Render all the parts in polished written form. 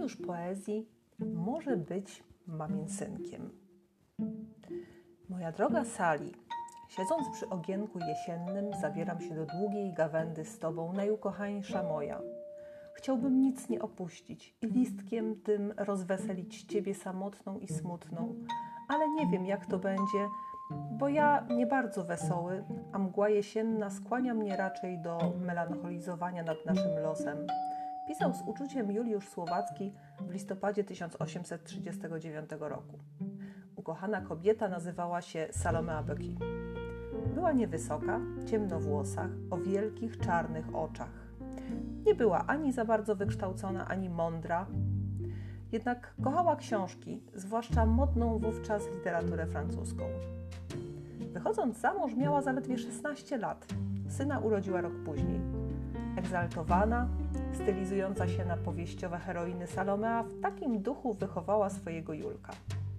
Juliusz poezji może być mamin synkiem. Moja droga Sali, siedząc przy ogienku jesiennym, zabieram się do długiej gawędy z Tobą, najukochańsza moja. Chciałbym nic nie opuścić i listkiem tym rozweselić Ciebie samotną i smutną, ale nie wiem, jak to będzie, bo ja nie bardzo wesoły, a mgła jesienna skłania mnie raczej do melancholizowania nad naszym losem. Pisał z uczuciem Juliusz Słowacki w listopadzie 1839 roku. Ukochana kobieta nazywała się Salomea Becky. Była niewysoka, ciemnowłosa, o wielkich, czarnych oczach. Nie była ani za bardzo wykształcona, ani mądra, jednak kochała książki, zwłaszcza modną wówczas literaturę francuską. Wychodząc za mąż miała zaledwie 16 lat. Syna urodziła rok później. Egzaltowana, stylizująca się na powieściowe heroiny, Salomea w takim duchu wychowała swojego Julka.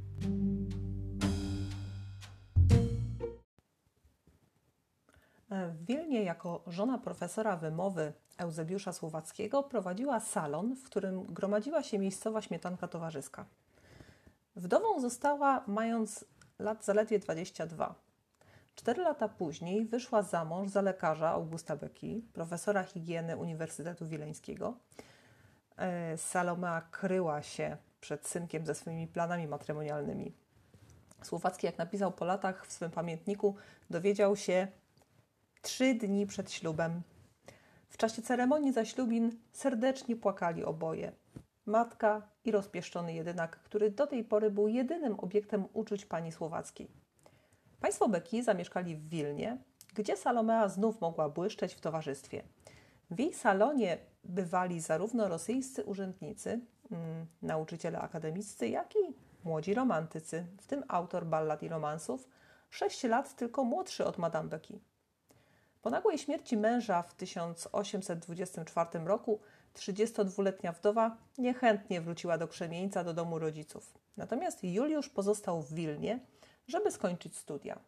W Wilnie jako żona profesora wymowy Eusebiusza Słowackiego prowadziła salon, w którym gromadziła się miejscowa śmietanka towarzyska. Wdową została, mając lat zaledwie 22. 4 lata później wyszła za mąż za lekarza Augusta Becky, profesora higieny Uniwersytetu Wileńskiego. Salomea kryła się przed synkiem ze swoimi planami matrymonialnymi. Słowacki, jak napisał po latach w swym pamiętniku, dowiedział się 3 dni przed ślubem. W czasie ceremonii zaślubin serdecznie płakali oboje. Matka i rozpieszczony jedynak, który do tej pory był jedynym obiektem uczuć pani Słowackiej. Państwo Becky zamieszkali w Wilnie, gdzie Salomea znów mogła błyszczeć w towarzystwie. W jej salonie bywali zarówno rosyjscy urzędnicy, nauczyciele akademiccy, jak i młodzi romantycy, w tym autor ballad i romansów, 6 lat tylko młodszy od Madame Becky. Po nagłej śmierci męża w 1824 roku 32-letnia wdowa niechętnie wróciła do Krzemieńca, do domu rodziców. Natomiast Juliusz pozostał w Wilnie, żeby skończyć studia.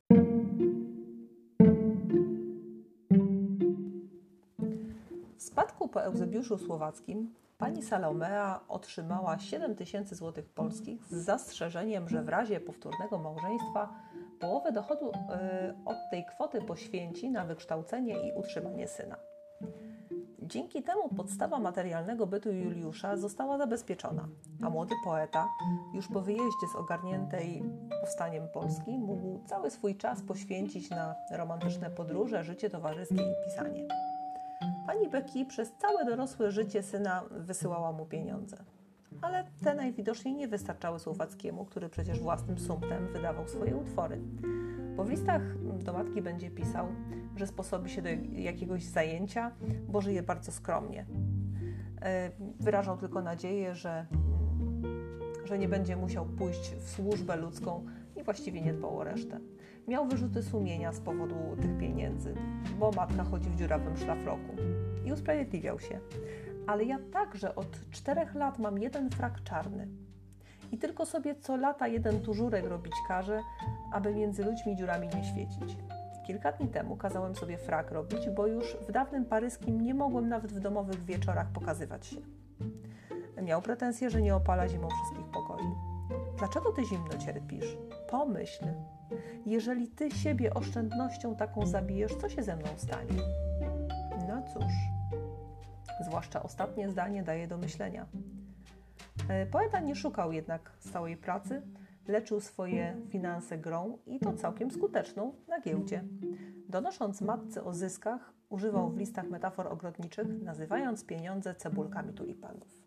W spadku po Eusebiuszu Słowackim pani Salomea otrzymała 7000 złotych polskich z zastrzeżeniem, że w razie powtórnego małżeństwa połowę dochodu od tej kwoty poświęci na wykształcenie i utrzymanie syna. Dzięki temu podstawa materialnego bytu Juliusza została zabezpieczona, a młody poeta, już po wyjeździe z ogarniętej powstaniem Polski, mógł cały swój czas poświęcić na romantyczne podróże, życie towarzyskie i pisanie. Pani Becky przez całe dorosłe życie syna wysyłała mu pieniądze. Ale te najwidoczniej nie wystarczały Słowackiemu, który przecież własnym sumptem wydawał swoje utwory. Bo w listach do matki będzie pisał, że sposobi się do jakiegoś zajęcia, bo żyje bardzo skromnie. Wyrażał tylko nadzieję, że nie będzie musiał pójść w służbę ludzką i właściwie nie dbał o resztę. Miał wyrzuty sumienia z powodu tych pieniędzy, bo matka chodzi w dziurawym szlafroku. I usprawiedliwiał się. Ale ja także od 4 lat mam jeden frak czarny. I tylko sobie co lata jeden tużurek robić każę, aby między ludźmi dziurami nie świecić. Kilka dni temu kazałem sobie frak robić, bo już w dawnym paryskim nie mogłem nawet w domowych wieczorach pokazywać się. Miał pretensję, że nie opala zimą wszystkich pokoi. Dlaczego ty zimno cierpisz? Pomyśl. Jeżeli ty siebie oszczędnością taką zabijesz, co się ze mną stanie? No cóż, zwłaszcza ostatnie zdanie daje do myślenia. Poeta nie szukał jednak stałej pracy, leczył swoje finanse grą i to całkiem skuteczną na giełdzie. Donosząc matce o zyskach, używał w listach metafor ogrodniczych, nazywając pieniądze cebulkami tulipanów.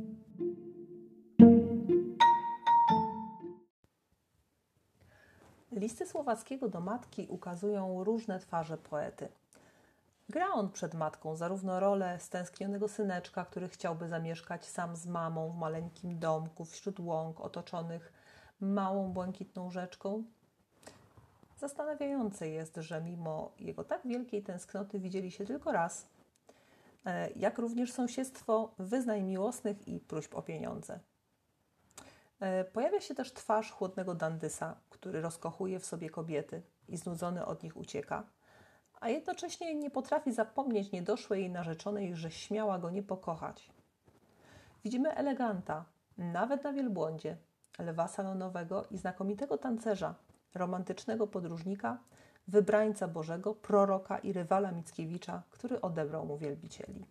Listy Słowackiego do matki ukazują różne twarze poety. Gra on przed matką zarówno rolę stęsknionego syneczka, który chciałby zamieszkać sam z mamą w maleńkim domku wśród łąk otoczonych małą błękitną rzeczką. Zastanawiające jest, że mimo jego tak wielkiej tęsknoty widzieli się tylko raz, jak również sąsiedztwo wyznań miłosnych i próśb o pieniądze. Pojawia się też twarz chłodnego dandysa, który rozkochuje w sobie kobiety i znudzony od nich ucieka, a jednocześnie nie potrafi zapomnieć niedoszłej jej narzeczonej, że śmiała go nie pokochać. widzimy eleganta, nawet na wielbłądzie, lwa salonowego i znakomitego tancerza, romantycznego podróżnika, wybrańca Bożego, proroka i rywala Mickiewicza, który odebrał mu wielbicieli.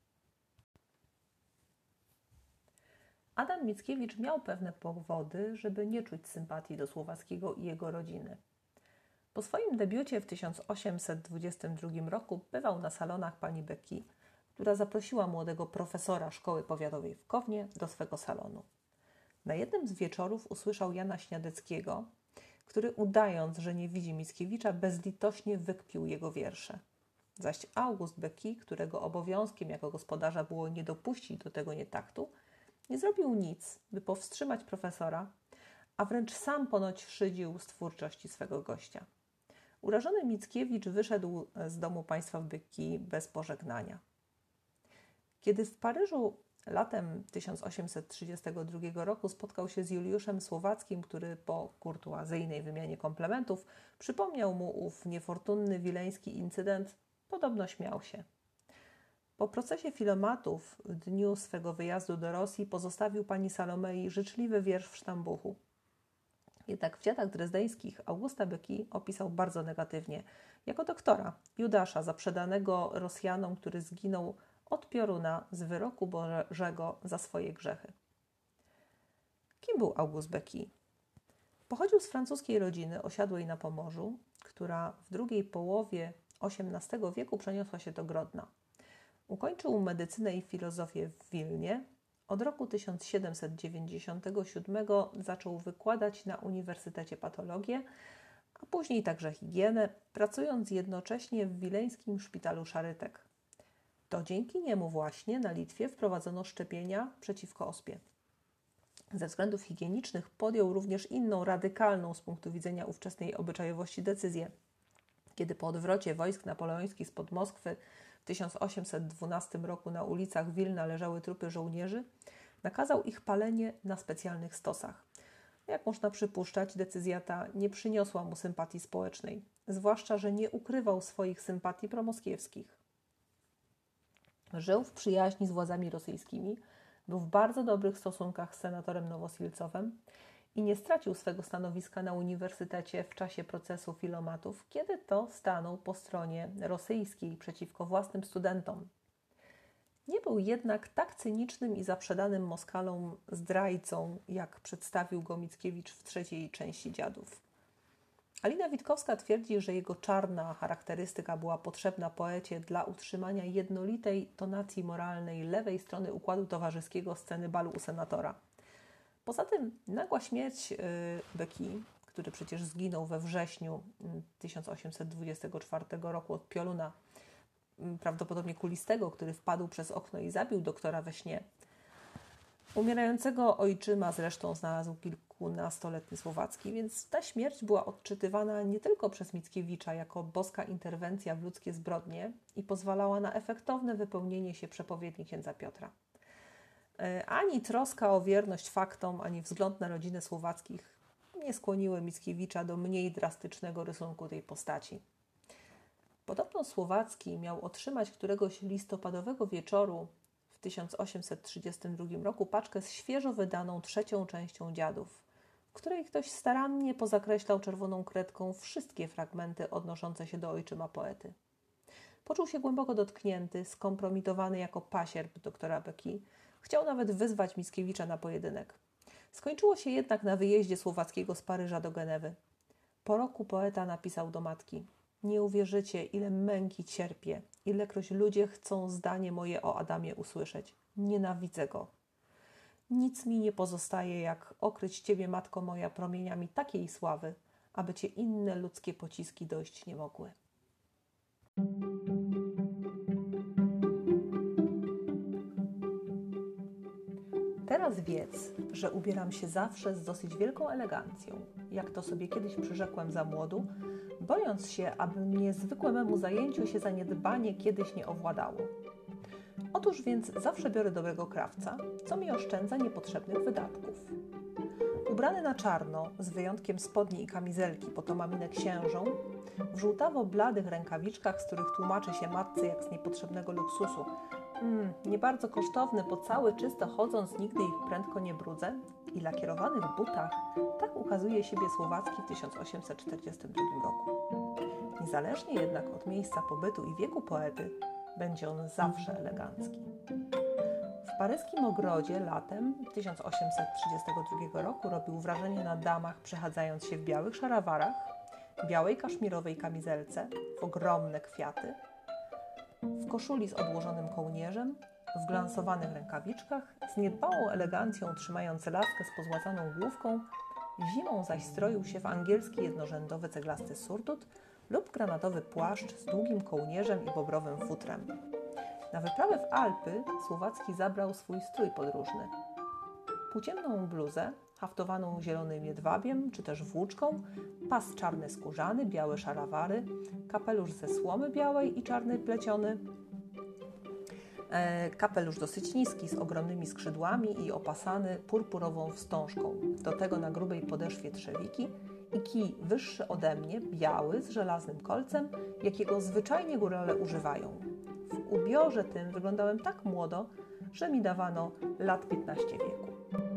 Adam Mickiewicz miał pewne powody, żeby nie czuć sympatii do Słowackiego i jego rodziny. Po swoim debiucie w 1822 roku bywał na salonach pani Becky, która zaprosiła młodego profesora szkoły powiatowej w Kownie do swego salonu. Na jednym z wieczorów usłyszał Jana Śniadeckiego, który udając, że nie widzi Mickiewicza, bezlitośnie wykpił jego wiersze. Zaś August Becky, którego obowiązkiem jako gospodarza było nie dopuścić do tego nietaktu, nie zrobił nic, by powstrzymać profesora, a wręcz sam ponoć szydził z twórczości swego gościa. Urażony Mickiewicz wyszedł z domu państwa w Becky bez pożegnania. Kiedy w Paryżu latem 1832 roku spotkał się z Juliuszem Słowackim, który po kurtuazyjnej wymianie komplementów przypomniał mu ów niefortunny wileński incydent, podobno śmiał się. Po procesie Filomatów w dniu swego wyjazdu do Rosji pozostawił pani Salomei życzliwy wiersz w sztambuchu. Jednak w Dziadach Drezdeńskich Augusta Becky opisał bardzo negatywnie, jako doktora, Judasza zaprzedanego Rosjanom, który zginął od pioruna z wyroku Bożego za swoje grzechy. Kim był August Becky? Pochodził z francuskiej rodziny osiadłej na Pomorzu, która w drugiej połowie XVIII wieku przeniosła się do Grodna. Ukończył medycynę i filozofię w Wilnie. Od roku 1797 zaczął wykładać na Uniwersytecie patologię, a później także higienę, pracując jednocześnie w wileńskim szpitalu Szarytek. To dzięki niemu właśnie na Litwie wprowadzono szczepienia przeciwko ospie. Ze względów higienicznych podjął również inną, radykalną z punktu widzenia ówczesnej obyczajowości decyzję. Kiedy po odwrocie wojsk napoleońskich spod Moskwy w 1812 roku na ulicach Wilna leżały trupy żołnierzy, nakazał ich palenie na specjalnych stosach. Jak można przypuszczać, decyzja ta nie przyniosła mu sympatii społecznej, zwłaszcza że nie ukrywał swoich sympatii promoskiewskich. Żył w przyjaźni z władzami rosyjskimi, był w bardzo dobrych stosunkach z senatorem Nowosilcowem i nie stracił swego stanowiska na uniwersytecie w czasie procesu Filomatów, kiedy to stanął po stronie rosyjskiej przeciwko własnym studentom. Nie był jednak tak cynicznym i zaprzedanym Moskalom zdrajcą, jak przedstawił go Mickiewicz w trzeciej części Dziadów. Alina Witkowska twierdzi, że jego czarna charakterystyka była potrzebna poecie dla utrzymania jednolitej tonacji moralnej lewej strony układu towarzyskiego sceny balu u senatora. Poza tym nagła śmierć Becky, który przecież zginął we wrześniu 1824 roku od pioruna, prawdopodobnie kulistego, który wpadł przez okno i zabił doktora we śnie. Umierającego ojczyma zresztą znalazł kilkunastoletni Słowacki, więc ta śmierć była odczytywana nie tylko przez Mickiewicza jako boska interwencja w ludzkie zbrodnie i pozwalała na efektowne wypełnienie się przepowiedni księdza Piotra. Ani troska o wierność faktom, ani wzgląd na rodzinę Słowackich nie skłoniły Mickiewicza do mniej drastycznego rysunku tej postaci. Podobno Słowacki miał otrzymać któregoś listopadowego wieczoru w 1832 roku paczkę z świeżo wydaną trzecią częścią Dziadów, w której ktoś starannie pozakreślał czerwoną kredką wszystkie fragmenty odnoszące się do ojczyma poety. Poczuł się głęboko dotknięty, skompromitowany jako pasierb doktora Becky. Chciał nawet wyzwać Mickiewicza na pojedynek. Skończyło się jednak na wyjeździe Słowackiego z Paryża do Genewy. Po roku poeta napisał do matki: nie uwierzycie, ile męki cierpię, ilekroć ludzie chcą zdanie moje o Adamie usłyszeć. Nienawidzę go. Nic mi nie pozostaje, jak okryć Ciebie, matko moja, promieniami takiej sławy, aby Cię inne ludzkie pociski dojść nie mogły. Teraz wiedz, że ubieram się zawsze z dosyć wielką elegancją, jak to sobie kiedyś przyrzekłem za młodu, bojąc się, aby mnie zwykłe memu zajęciu się zaniedbanie kiedyś nie owładało. Otóż więc zawsze biorę dobrego krawca, co mi oszczędza niepotrzebnych wydatków. ubrany na czarno, z wyjątkiem spodni i kamizelki po tomaminę księżą, w żółtawo-bladych rękawiczkach, z których tłumaczy się matce jak z niepotrzebnego luksusu. Nie bardzo kosztowny, bo cały czysto chodząc nigdy ich prędko nie brudzę, i lakierowanych butach, tak ukazuje siebie Słowacki w 1842 roku. Niezależnie jednak od miejsca pobytu i wieku poety, będzie on zawsze elegancki. W paryskim ogrodzie latem 1832 roku robił wrażenie na damach, przechadzając się w białych szarawarach, białej kaszmirowej kamizelce, w ogromne kwiaty, w koszuli z odłożonym kołnierzem, w glansowanych rękawiczkach, z niedbałą elegancją trzymając laskę z pozłacaną główką, zimą zaś stroił się w angielski jednorzędowy ceglasty surdut lub granatowy płaszcz z długim kołnierzem i bobrowym futrem. Na wyprawę w Alpy Słowacki zabrał swój strój podróżny. Płócienną bluzę, haftowaną zielonym jedwabiem czy też włóczką, pas czarny skórzany, białe szarawary, kapelusz ze słomy białej i czarnej pleciony, kapelusz dosyć niski z ogromnymi skrzydłami i opasany purpurową wstążką. Do tego na grubej podeszwie trzewiki i kij wyższy ode mnie, biały, z żelaznym kolcem, jakiego zwyczajnie górale używają. W ubiorze tym wyglądałem tak młodo, że mi dawano lat 15 wieku.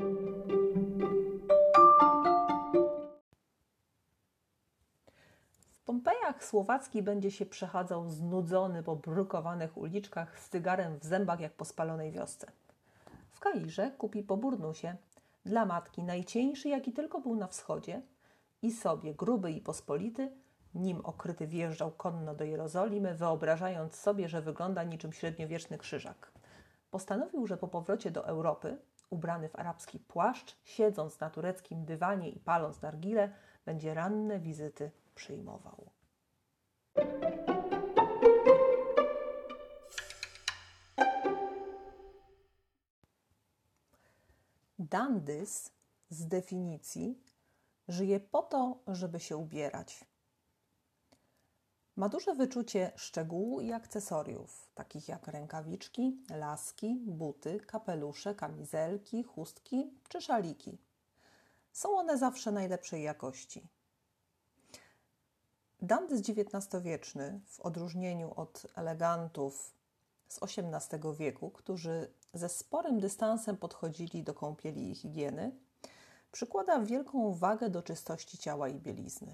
W Pompejach Słowacki będzie się przechadzał znudzony po brukowanych uliczkach z cygarem w zębach jak po spalonej wiosce. W Kairze kupi po burnusie dla matki najcieńszy, jaki tylko był na wschodzie, i sobie, gruby i pospolity, nim okryty wjeżdżał konno do Jerozolimy, wyobrażając sobie, że wygląda niczym średniowieczny krzyżak. Postanowił, że po powrocie do Europy, ubrany w arabski płaszcz, siedząc na tureckim dywanie i paląc nargilę, będzie ranne wizyty przyjmował. Dandys z definicji żyje po to, żeby się ubierać. Ma duże wyczucie szczegółu i akcesoriów, takich jak rękawiczki, laski, buty, kapelusze, kamizelki, chustki czy szaliki. Są one zawsze najlepszej jakości. Dandys XIX-wieczny, w odróżnieniu od elegantów z XVIII wieku, którzy ze sporym dystansem podchodzili do kąpieli i higieny, przykłada wielką wagę do czystości ciała i bielizny.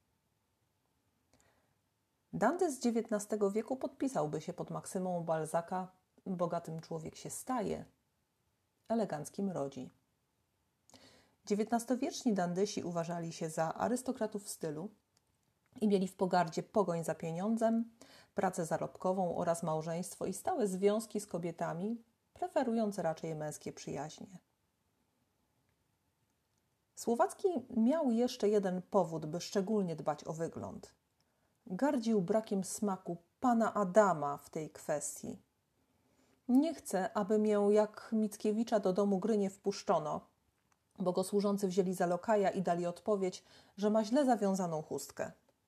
Dandys z XIX wieku podpisałby się pod maksymą Balzaca: bogatym człowiek się staje, eleganckim rodzi. XIX-wieczni dandysi uważali się za arystokratów stylu i mieli w pogardzie pogoń za pieniądzem, pracę zarobkową oraz małżeństwo i stałe związki z kobietami, preferując raczej męskie przyjaźnie. Słowacki miał jeszcze jeden powód, by szczególnie dbać o wygląd. Gardził brakiem smaku pana Adama w tej kwestii. Nie chcę, aby mię jak Mickiewicza do domu gry nie wpuszczono, bo go służący wzięli za lokaja i dali odpowiedź, że ma źle zawiązaną chustkę.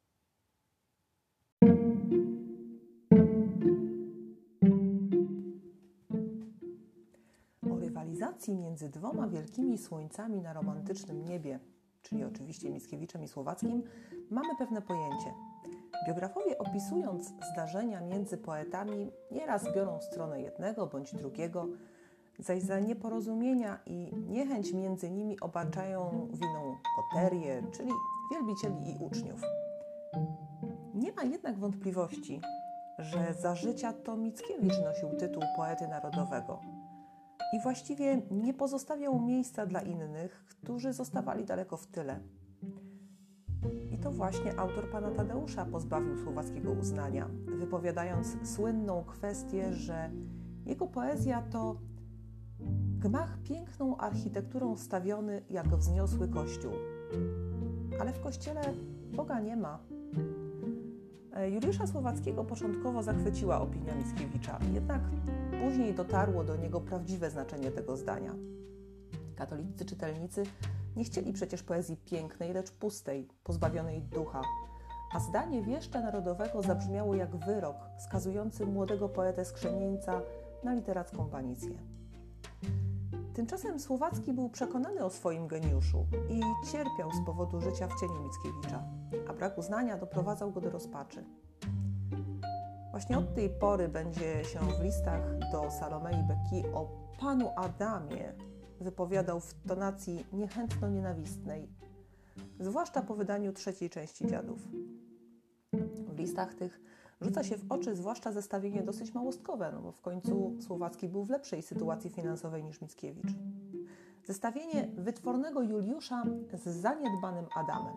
O rywalizacji między dwoma wielkimi słońcami na romantycznym niebie, czyli oczywiście Mickiewiczem i Słowackim, mamy pewne pojęcie. Biografowie, opisując zdarzenia między poetami, nieraz biorą stronę jednego bądź drugiego, zaś za nieporozumienia i niechęć między nimi obarczają winą koterię, czyli wielbicieli i uczniów. Nie ma jednak wątpliwości, że za życia to Mickiewicz nosił tytuł poety narodowego i właściwie nie pozostawiał miejsca dla innych, którzy zostawali daleko w tyle. I to właśnie autor pana Tadeusza pozbawił Słowackiego uznania, wypowiadając słynną kwestię, że jego poezja to gmach piękną architekturą stawiony jak wzniosły kościół. Ale w kościele Boga nie ma. Juliusza Słowackiego początkowo zachwyciła opinia Mickiewicza, jednak później dotarło do niego prawdziwe znaczenie tego zdania. Katolicy czytelnicy nie chcieli przecież poezji pięknej, lecz pustej, pozbawionej ducha, a zdanie wieszcza narodowego zabrzmiało jak wyrok skazujący młodego poetę z Krzemieńca na literacką banicję. Tymczasem Słowacki był przekonany o swoim geniuszu i cierpiał z powodu życia w cieniu Mickiewicza, a brak uznania doprowadzał go do rozpaczy. Właśnie od tej pory będzie się w listach do Salomei Becky o panu Adamie wypowiadał w tonacji niechętno-nienawistnej, zwłaszcza po wydaniu trzeciej części Dziadów. W listach tych rzuca się w oczy zwłaszcza zestawienie dosyć małostkowe, bo w końcu Słowacki był w lepszej sytuacji finansowej niż Mickiewicz. Zestawienie wytwornego Juliusza z zaniedbanym Adamem.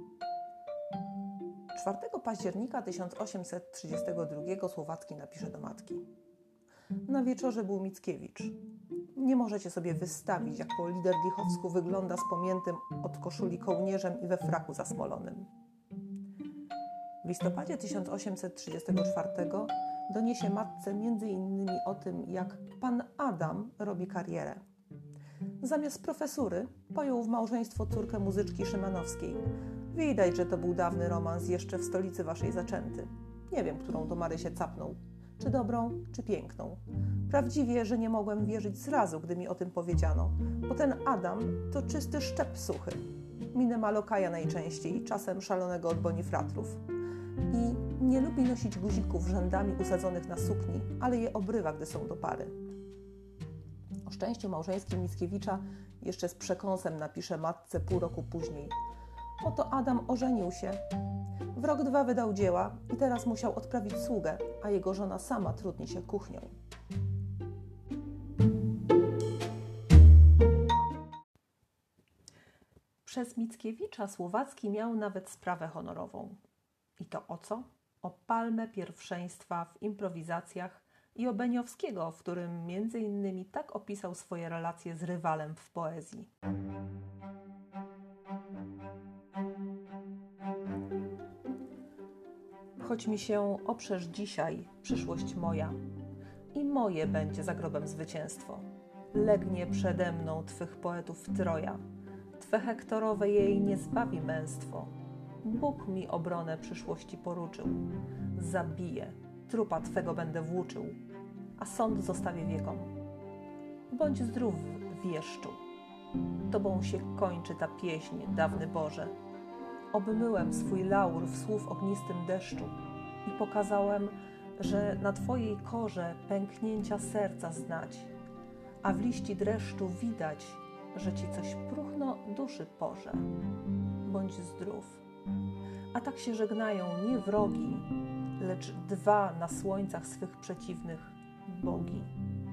4 października 1832 Słowacki napisze do matki: na wieczorze był Mickiewicz. Nie możecie sobie wystawić, jak po liderlichowsku wygląda z pomiętym od koszuli kołnierzem i we fraku zasmolonym. W listopadzie 1834 doniesie matce m.in. o tym, jak pan Adam robi karierę. Zamiast profesury pojął w małżeństwo córkę muzyczki Szymanowskiej. Widać, że to był dawny romans jeszcze w stolicy waszej zaczęty. Nie wiem, którą to Marysię capnął. Czy dobrą, czy piękną. Prawdziwie, że nie mogłem wierzyć zrazu, gdy mi o tym powiedziano, bo ten Adam to czysty szczep suchy. Minę ma lokaja najczęściej, czasem szalonego od bonifratrów. I nie lubi nosić guzików rzędami usadzonych na sukni, ale je obrywa, gdy są do pary. O szczęściu małżeńskim Mickiewicza jeszcze z przekąsem napisze matce pół roku później. Oto Adam ożenił się. W rok 2 wydał dzieła i teraz musiał odprawić sługę, a jego żona sama trudni się kuchnią. Przez Mickiewicza Słowacki miał nawet sprawę honorową. I to o co? O palmę pierwszeństwa w improwizacjach i o Beniowskiego, w którym m.in. tak opisał swoje relacje z rywalem w poezji. Choć mi się oprzesz dzisiaj, przyszłość moja, i moje będzie za grobem zwycięstwo. Legnie przede mną twych poetów Troja, twe hektorowe jej nie zbawi męstwo. Bóg mi obronę przyszłości poruczył. Zabiję, trupa twego będę włóczył, a sąd zostawię wiekom. Bądź zdrów, wieszczu. Tobą się kończy ta pieśń, dawny Boże. Obmyłem swój laur w słów ognistym deszczu i pokazałem, że na twojej korze pęknięcia serca znać, a w liści dreszczu widać, że ci coś próchno duszy porze. Bądź zdrów. A tak się żegnają nie wrogi, lecz dwa na słońcach swych przeciwnych bogi.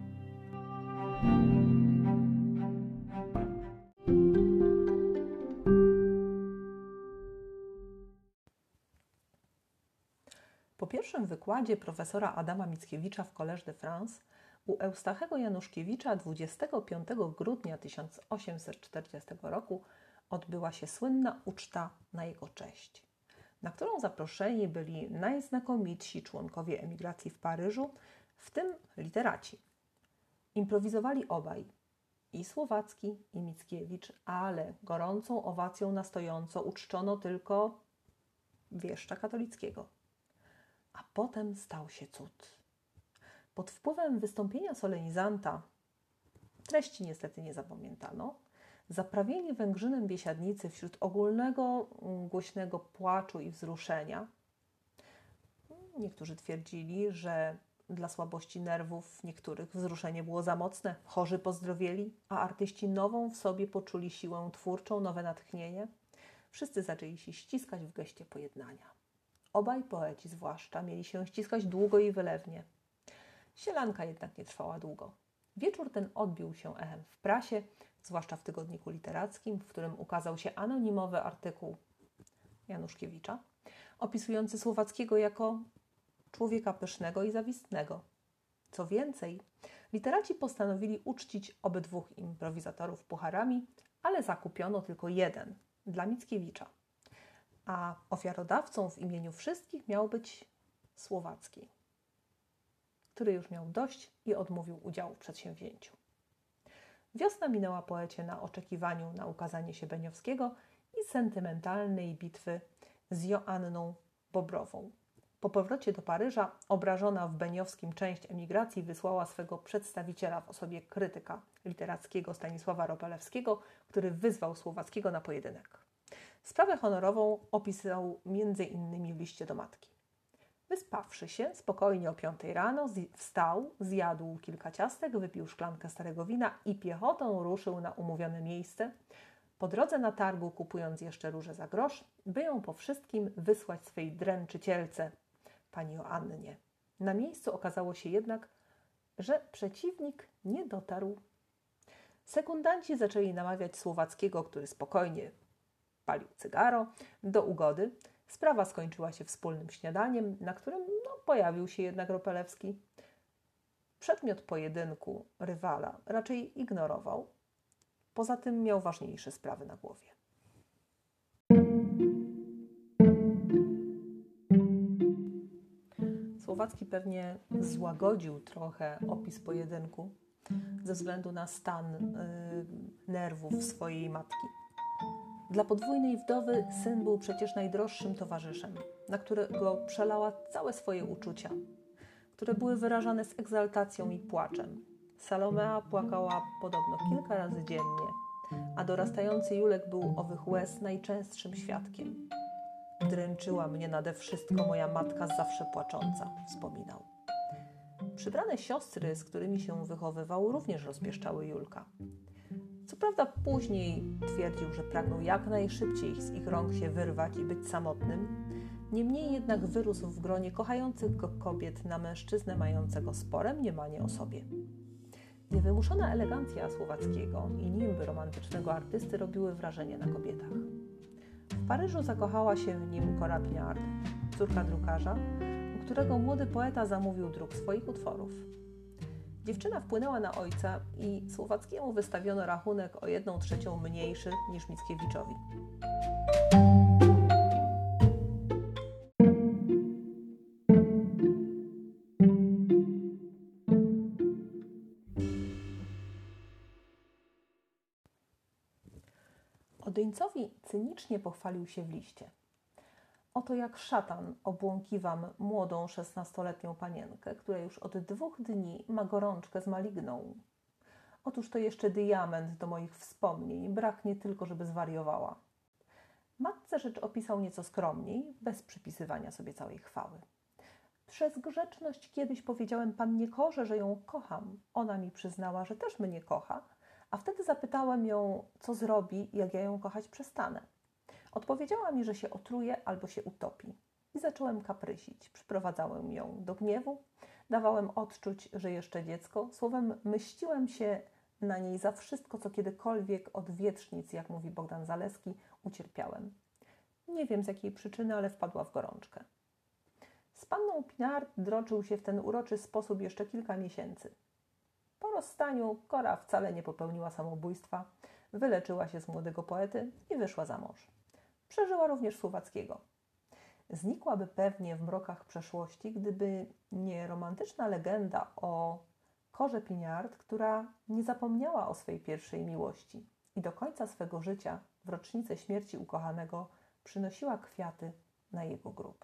Po pierwszym wykładzie profesora Adama Mickiewicza w Collège de France u Eustachego Januszkiewicza 25 grudnia 1840 roku odbyła się słynna uczta na jego cześć, na którą zaproszeni byli najznakomitsi członkowie emigracji w Paryżu, w tym literaci. Improwizowali obaj, i Słowacki, i Mickiewicz, ale gorącą owacją na stojąco uczczono tylko wieszcza katolickiego. A potem stał się cud. Pod wpływem wystąpienia solenizanta, treści niestety nie zapamiętano, zaprawieni Węgrzynem biesiadnicy wśród ogólnego, głośnego płaczu i wzruszenia. Niektórzy twierdzili, że dla słabości nerwów niektórych wzruszenie było za mocne, chorzy pozdrowieli, a artyści nową w sobie poczuli siłę twórczą, nowe natchnienie. Wszyscy zaczęli się ściskać w geście pojednania. Obaj poeci zwłaszcza mieli się ściskać długo i wylewnie. Sielanka jednak nie trwała długo. Wieczór ten odbił się echem w prasie, zwłaszcza w tygodniku literackim, w którym ukazał się anonimowy artykuł Januszkiewicza, opisujący Słowackiego jako człowieka pysznego i zawistnego. Co więcej, literaci postanowili uczcić obydwóch improwizatorów pucharami, ale zakupiono tylko jeden, dla Mickiewicza. A ofiarodawcą w imieniu wszystkich miał być Słowacki, który już miał dość i odmówił udziału w przedsięwzięciu. Wiosna minęła poecie na oczekiwaniu na ukazanie się Beniowskiego i sentymentalnej bitwy z Joanną Bobrową. Po powrocie do Paryża, obrażona w beniowskim część emigracji, wysłała swego przedstawiciela w osobie krytyka literackiego Stanisława Ropelewskiego, który wyzwał Słowackiego na pojedynek. Sprawę honorową opisał m.in. w liście do matki. Wyspawszy się, spokojnie o 5 rano, wstał, zjadł kilka ciastek, wypił szklankę starego wina i piechotą ruszył na umówione miejsce, po drodze na targu kupując jeszcze róże za grosz, by ją po wszystkim wysłać swej dręczycielce, pani Joannie. Na miejscu okazało się jednak, że przeciwnik nie dotarł. Sekundanci zaczęli namawiać Słowackiego, który spokojnie palił cygaro, do ugody. Sprawa skończyła się wspólnym śniadaniem, na którym pojawił się jednak Ropelewski. Przedmiot pojedynku rywala raczej ignorował. Poza tym miał ważniejsze sprawy na głowie. Słowacki pewnie złagodził trochę opis pojedynku ze względu na stan nerwów swojej matki. Dla podwójnej wdowy syn był przecież najdroższym towarzyszem, na którego przelała całe swoje uczucia, które były wyrażane z egzaltacją i płaczem. Salomea płakała podobno kilka razy dziennie, a dorastający Julek był owych łez najczęstszym świadkiem. Dręczyła mnie nade wszystko moja matka zawsze płacząca, wspominał. Przybrane siostry, z którymi się wychowywał, również rozpieszczały Julka. Co prawda później twierdził, że pragnął jak najszybciej z ich rąk się wyrwać i być samotnym, niemniej jednak wyrósł w gronie kochających go kobiet na mężczyznę mającego spore mniemanie o sobie. Niewymuszona elegancja Słowackiego i nimby romantycznego artysty robiły wrażenie na kobietach. W Paryżu zakochała się w nim Cora Pinard, córka drukarza, u którego młody poeta zamówił druk swoich utworów. Dziewczyna wpłynęła na ojca i Słowackiemu wystawiono rachunek o 1/3 mniejszy niż Mickiewiczowi. Odyńcowi cynicznie pochwalił się w liście. Oto jak szatan obłąkiwam młodą 16-letnią panienkę, która już od 2 dni ma gorączkę z maligną. Otóż to jeszcze diament do moich wspomnień, braknie tylko, żeby zwariowała. Matce rzecz opisał nieco skromniej, bez przypisywania sobie całej chwały. Przez grzeczność kiedyś powiedziałem pannie Korze, że ją kocham. Ona mi przyznała, że też mnie kocha, a wtedy zapytałem ją, co zrobi, jak ja ją kochać przestanę. Odpowiedziała mi, że się otruje albo się utopi. I zacząłem kaprysić. Przyprowadzałem ją do gniewu, dawałem odczuć, że jeszcze dziecko. Słowem, mściłem się na niej za wszystko, co kiedykolwiek od wietrznic, jak mówi Bogdan Zaleski, ucierpiałem. Nie wiem z jakiej przyczyny, ale wpadła w gorączkę. Z panną Pinard droczył się w ten uroczy sposób jeszcze kilka miesięcy. Po rozstaniu Cora wcale nie popełniła samobójstwa, wyleczyła się z młodego poety i wyszła za mąż. Przeżyła również Słowackiego. Znikłaby pewnie w mrokach przeszłości, gdyby nie romantyczna legenda o Corze Pinard, która nie zapomniała o swej pierwszej miłości i do końca swego życia, w rocznicę śmierci ukochanego, przynosiła kwiaty na jego grób.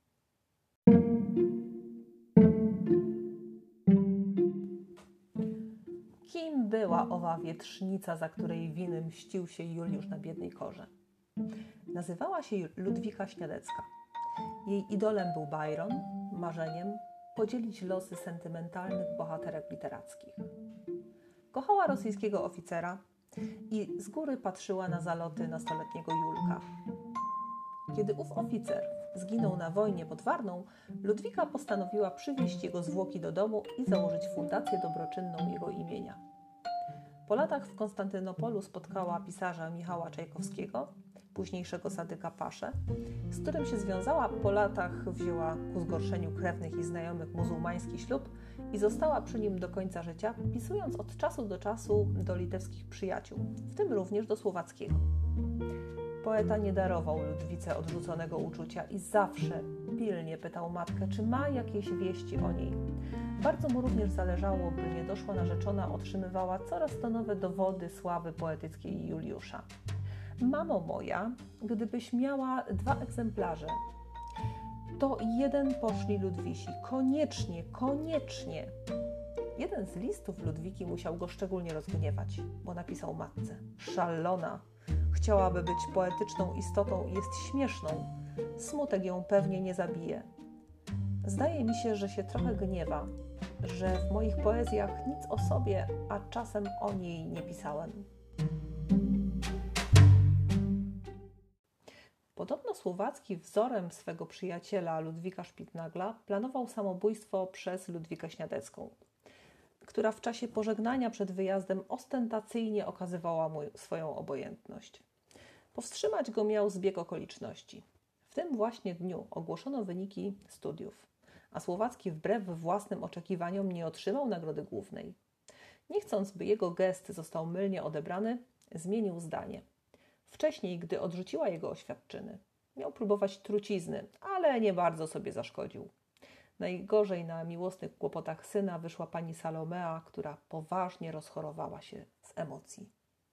Kim była owa wietrznica, za której winy mścił się Juliusz na biednej Korze? Nazywała się Ludwika Śniadecka. Jej idolem był Byron, marzeniem podzielić losy sentymentalnych bohaterek literackich. Kochała rosyjskiego oficera i z góry patrzyła na zaloty nastoletniego Julka. Kiedy ów oficer zginął na wojnie pod Warną, Ludwika postanowiła przywieźć jego zwłoki do domu i założyć fundację dobroczynną jego imienia. Po latach w Konstantynopolu spotkała pisarza Michała Czajkowskiego, późniejszego Sadyka Paszę, z którym się związała. Po latach wzięła ku zgorszeniu krewnych i znajomych muzułmański ślub i została przy nim do końca życia, pisując od czasu do czasu do litewskich przyjaciół, w tym również do Słowackiego. Poeta nie darował Ludwice odrzuconego uczucia i zawsze pilnie pytał matkę, czy ma jakieś wieści o niej. Bardzo mu również zależało, by niedoszła narzeczona otrzymywała coraz to nowe dowody sławy poetyckiej Juliusza. Mamo moja, gdybyś miała 2 egzemplarze To jeden poszli Ludwisi. Koniecznie, koniecznie. Jeden z listów Ludwiki musiał go szczególnie rozgniewać, bo napisał matce: szalona. Chciałaby być poetyczną istotą i jest śmieszną. Smutek ją pewnie nie zabije. Zdaje mi się, że się trochę gniewa, że w moich poezjach nic o sobie, a czasem o niej nie pisałem. Podobno Słowacki wzorem swego przyjaciela Ludwika Szpitnagla planował samobójstwo przez Ludwikę Śniadecką, która w czasie pożegnania przed wyjazdem ostentacyjnie okazywała mu swoją obojętność. Powstrzymać go miał zbieg okoliczności. W tym właśnie dniu ogłoszono wyniki studiów, a Słowacki wbrew własnym oczekiwaniom nie otrzymał nagrody głównej. Nie chcąc, by jego gest został mylnie odebrany, zmienił zdanie. Wcześniej, gdy odrzuciła jego oświadczyny, miał próbować trucizny, ale nie bardzo sobie zaszkodził. Najgorzej na miłosnych kłopotach syna wyszła pani Salomea, która poważnie rozchorowała się z emocji.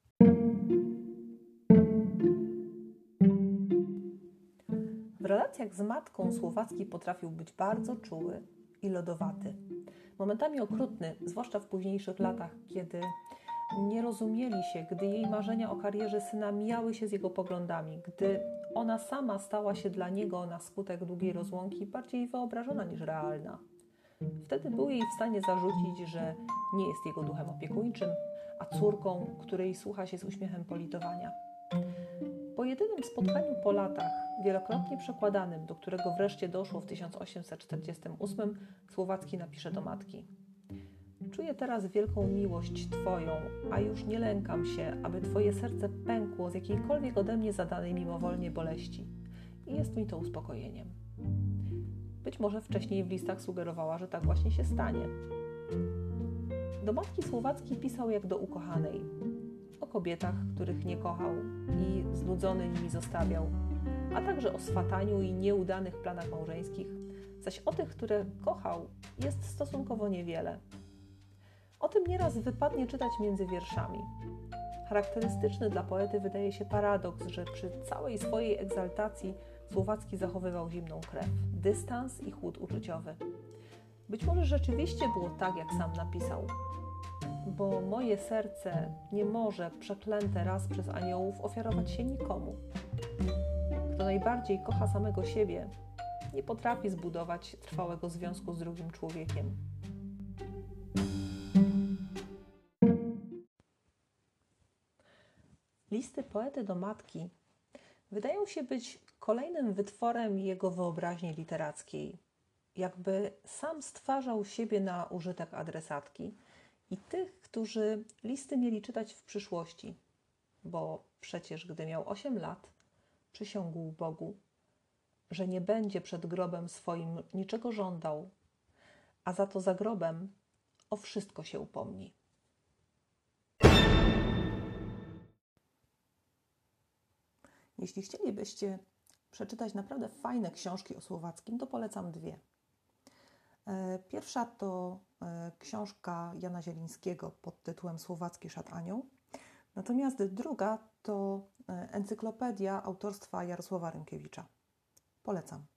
W relacjach z matką Słowacki potrafił być bardzo czuły i lodowaty. Momentami okrutny, zwłaszcza w późniejszych latach, kiedy nie rozumieli się, gdy jej marzenia o karierze syna mijały się z jego poglądami, gdy ona sama stała się dla niego na skutek długiej rozłąki bardziej wyobrażona niż realna. Wtedy był jej w stanie zarzucić, że nie jest jego duchem opiekuńczym, a córką, której słucha się z uśmiechem politowania. Po jedynym spotkaniu po latach, wielokrotnie przekładanym, do którego wreszcie doszło w 1848, Słowacki napisze do matki: czuję teraz wielką miłość Twoją, a już nie lękam się, aby Twoje serce pękło z jakiejkolwiek ode mnie zadanej mimowolnie boleści. I jest mi to uspokojeniem. Być może wcześniej w listach sugerowała, że tak właśnie się stanie. Do matki Słowacki pisał jak do ukochanej. O kobietach, których nie kochał i znudzony nimi zostawiał, a także o swataniu i nieudanych planach małżeńskich, zaś o tych, które kochał, jest stosunkowo niewiele. O tym nieraz wypadnie czytać między wierszami. Charakterystyczny dla poety wydaje się paradoks, że przy całej swojej egzaltacji Słowacki zachowywał zimną krew, dystans i chłód uczuciowy. Być może rzeczywiście było tak, jak sam napisał, bo moje serce nie może, przeklęte raz przez aniołów, ofiarować się nikomu. Kto najbardziej kocha samego siebie, nie potrafi zbudować trwałego związku z drugim człowiekiem. Listy poety do matki wydają się być kolejnym wytworem jego wyobraźni literackiej. Jakby sam stwarzał siebie na użytek adresatki i tych, którzy listy mieli czytać w przyszłości, bo przecież gdy miał 8 lat, przysiągł Bogu, że nie będzie przed grobem swoim niczego żądał, a za to za grobem o wszystko się upomni. Jeśli chcielibyście przeczytać naprawdę fajne książki o Słowackim, to polecam dwie. Pierwsza to książka Jana Zielińskiego pod tytułem Słowacki Szat Anioł, natomiast druga to encyklopedia autorstwa Jarosława Rynkiewicza. Polecam.